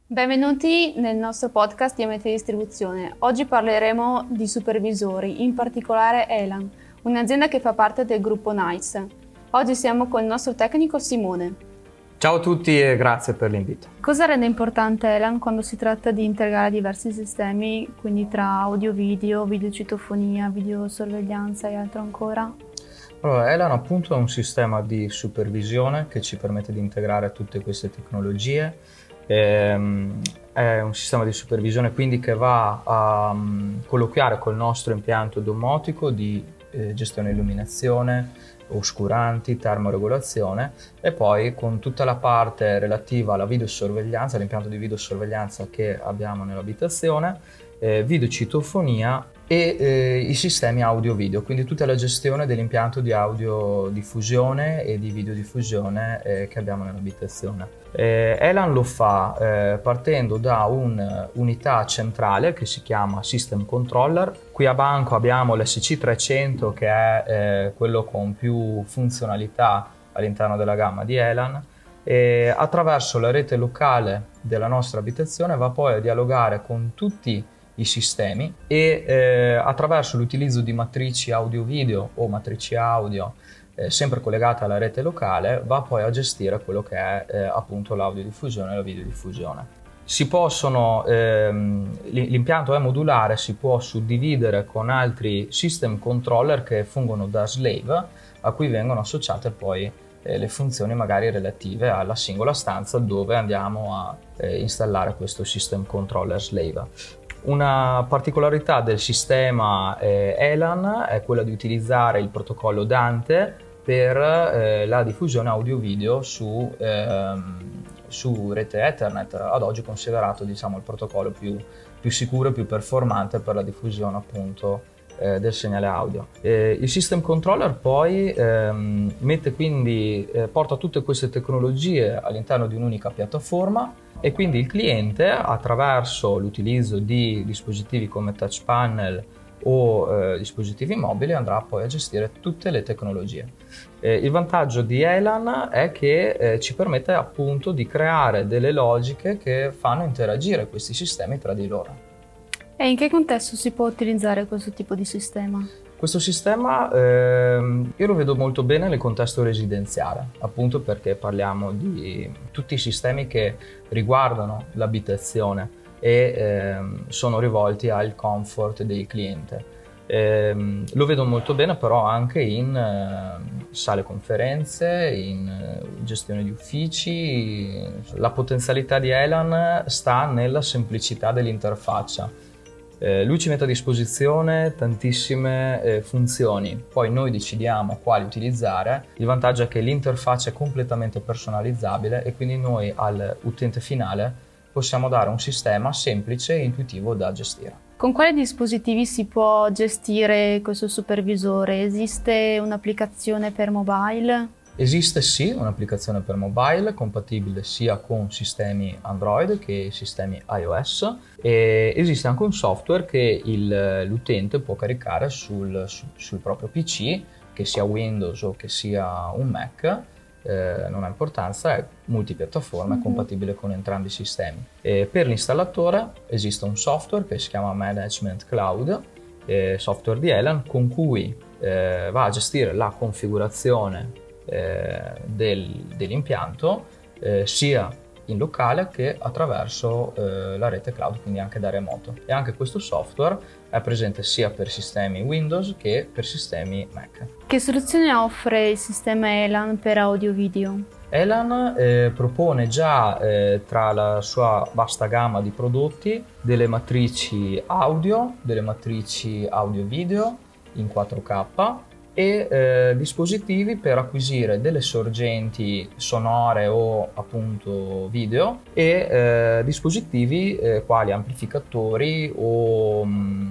Benvenuti nel nostro podcast di MT Distribuzione. Oggi parleremo di supervisori, in particolare Elan, un'azienda che fa parte del gruppo NICE. Oggi siamo con il nostro tecnico Simone. Ciao a tutti e grazie per l'invito. Cosa rende importante Elan quando si tratta di integrare diversi sistemi, quindi tra audio, videocitofonia, videosorveglianza e altro ancora? Allora, Elan appunto è un sistema di supervisione che ci permette di integrare tutte queste tecnologie. È un sistema di supervisione quindi che va a colloquiare col nostro impianto domotico di gestione illuminazione, oscuranti, termoregolazione e poi con tutta la parte relativa alla videosorveglianza, l'impianto di videosorveglianza che abbiamo nell'abitazione, videocitofonia e i sistemi audio-video, quindi tutta la gestione dell'impianto di audiodiffusione e di videodiffusione che abbiamo nell'abitazione. Elan lo fa partendo da un'unità centrale che si chiama System Controller. Qui a banco abbiamo l'SC300 che è quello con più funzionalità all'interno della gamma di Elan. E attraverso la rete locale della nostra abitazione va poi a dialogare con tutti i sistemi e attraverso l'utilizzo di matrici audio-video o matrici audio sempre collegate alla rete locale va poi a gestire quello che è appunto l'audiodiffusione e la videodiffusione. L'impianto è modulare, si può suddividere con altri system controller che fungono da slave a cui vengono associate poi le funzioni magari relative alla singola stanza dove andiamo a installare questo system controller slave. Una particolarità del sistema Elan è quella di utilizzare il protocollo Dante per la diffusione audio-video su rete Ethernet, ad oggi considerato diciamo, il protocollo più sicuro e più performante per la diffusione appunto del segnale audio. Il system controller poi porta tutte queste tecnologie all'interno di un'unica piattaforma e quindi il cliente attraverso l'utilizzo di dispositivi come touch panel o dispositivi mobili andrà poi a gestire tutte le tecnologie. Il vantaggio di Elan è che ci permette appunto di creare delle logiche che fanno interagire questi sistemi tra di loro. E in che contesto si può utilizzare questo tipo di sistema? Questo sistema io lo vedo molto bene nel contesto residenziale, appunto perché parliamo di tutti i sistemi che riguardano l'abitazione e sono rivolti al comfort del cliente. Lo vedo molto bene però anche in sale conferenze, in gestione di uffici. La potenzialità di Elan sta nella semplicità dell'interfaccia. Lui ci mette a disposizione tantissime funzioni, poi noi decidiamo quali utilizzare. Il vantaggio è che l'interfaccia è completamente personalizzabile e quindi noi all'utente finale possiamo dare un sistema semplice e intuitivo da gestire. Con quali dispositivi si può gestire questo supervisore? Esiste un'applicazione per mobile? Esiste sì un'applicazione per mobile compatibile sia con sistemi Android che sistemi iOS e esiste anche un software che l'utente può caricare sul proprio PC, che sia Windows o che sia un Mac, non ha importanza, è multipiattaforma, è compatibile con entrambi i sistemi. E per l'installatore esiste un software che si chiama Management Cloud, software di Elan, con cui va a gestire la configurazione dell'impianto sia in locale che attraverso la rete cloud, quindi anche da remoto. E anche questo software è presente sia per sistemi Windows che per sistemi Mac. Che soluzione offre il sistema Elan per audio-video? Elan propone già tra la sua vasta gamma di prodotti delle matrici audio, delle matrici audio-video in 4K e dispositivi per acquisire delle sorgenti sonore o appunto video e dispositivi quali amplificatori o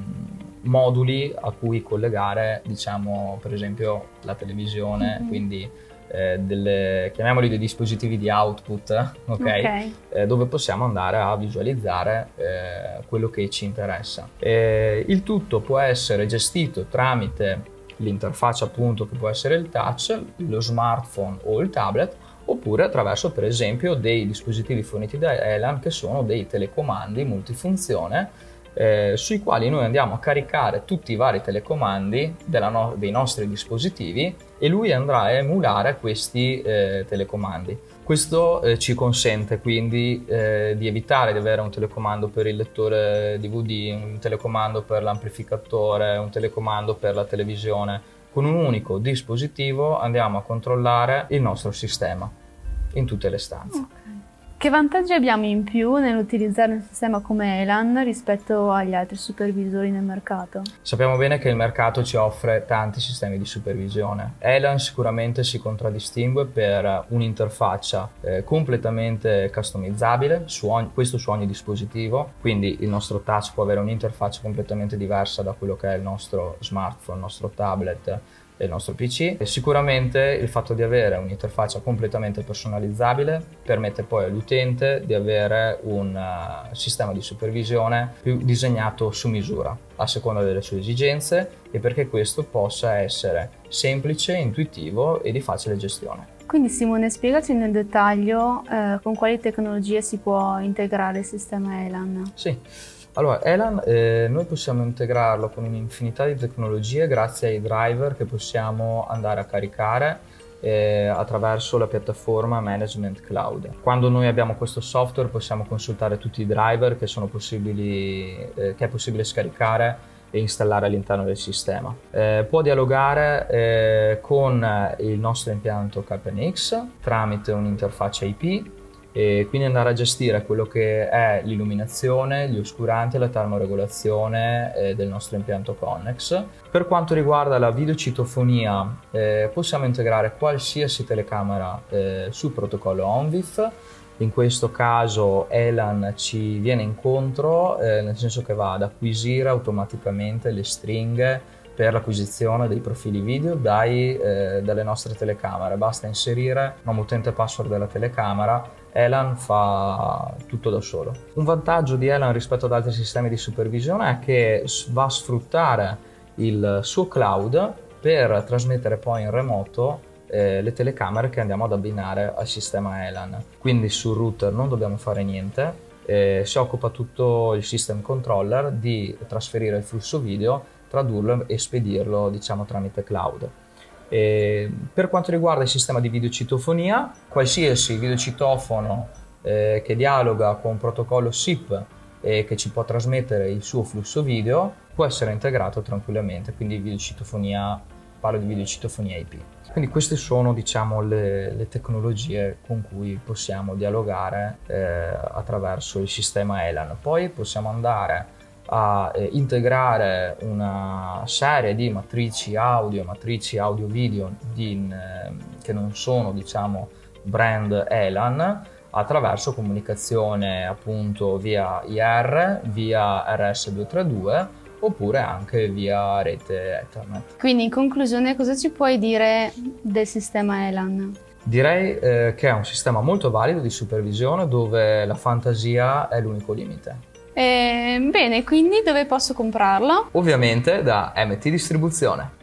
moduli a cui collegare diciamo per esempio la televisione, quindi chiamiamoli dei dispositivi di output, dove possiamo andare a visualizzare quello che ci interessa. Il tutto può essere gestito tramite l'interfaccia appunto che può essere il touch, lo smartphone o il tablet, oppure attraverso per esempio dei dispositivi forniti da Elan che sono dei telecomandi multifunzione sui quali noi andiamo a caricare tutti i vari telecomandi dei nostri dispositivi e lui andrà a emulare questi telecomandi. Questo ci consente quindi di evitare di avere un telecomando per il lettore DVD, un telecomando per l'amplificatore, un telecomando per la televisione. Con un unico dispositivo andiamo a controllare il nostro sistema in tutte le stanze. Okay. Che vantaggi abbiamo in più nell'utilizzare un sistema come Elan rispetto agli altri supervisori nel mercato? Sappiamo bene che il mercato ci offre tanti sistemi di supervisione. Elan sicuramente si contraddistingue per un'interfaccia completamente customizzabile, questo su ogni dispositivo, quindi il nostro touch può avere un'interfaccia completamente diversa da quello che è il nostro smartphone, il nostro tablet e il nostro PC. E sicuramente il fatto di avere un'interfaccia completamente personalizzabile permette poi all'utente di avere un sistema di supervisione più disegnato su misura a seconda delle sue esigenze e perché questo possa essere semplice, intuitivo e di facile gestione. Quindi Simone, spiegaci nel dettaglio con quali tecnologie si può integrare il sistema Elan. Sì. Allora, Elan noi possiamo integrarlo con un'infinità di tecnologie grazie ai driver che possiamo andare a caricare attraverso la piattaforma Management Cloud. Quando noi abbiamo questo software possiamo consultare tutti i driver che sono possibili, che è possibile scaricare e installare all'interno del sistema. Può dialogare con il nostro impianto KNX tramite un'interfaccia IP e quindi andare a gestire quello che è l'illuminazione, gli oscuranti e la termoregolazione del nostro impianto Connex. Per quanto riguarda la videocitofonia possiamo integrare qualsiasi telecamera sul protocollo ONVIF. In questo caso Elan ci viene incontro nel senso che va ad acquisire automaticamente le stringhe per l'acquisizione dei profili video dalle nostre telecamere. Basta inserire nome utente e password della telecamera, Elan fa tutto da solo. Un vantaggio di Elan rispetto ad altri sistemi di supervisione è che va a sfruttare il suo cloud per trasmettere poi in remoto le telecamere che andiamo ad abbinare al sistema Elan. Quindi sul router non dobbiamo fare niente, si occupa tutto il system controller di trasferire il flusso video, tradurlo e spedirlo diciamo tramite cloud. Per quanto riguarda il sistema di videocitofonia, qualsiasi videocitofono che dialoga con un protocollo SIP e che ci può trasmettere il suo flusso video può essere integrato tranquillamente, quindi parlo di videocitofonia IP. Quindi queste sono diciamo le tecnologie con cui possiamo dialogare attraverso il sistema Elan. Poi possiamo andare a integrare una serie di matrici audio video che non sono diciamo brand Elan attraverso comunicazione appunto via IR, via RS232 oppure anche via rete Ethernet. Quindi in conclusione cosa ci puoi dire del sistema Elan? Direi che è un sistema molto valido di supervisione dove la fantasia è l'unico limite. Bene, quindi dove posso comprarlo? Ovviamente da MT Distribuzione.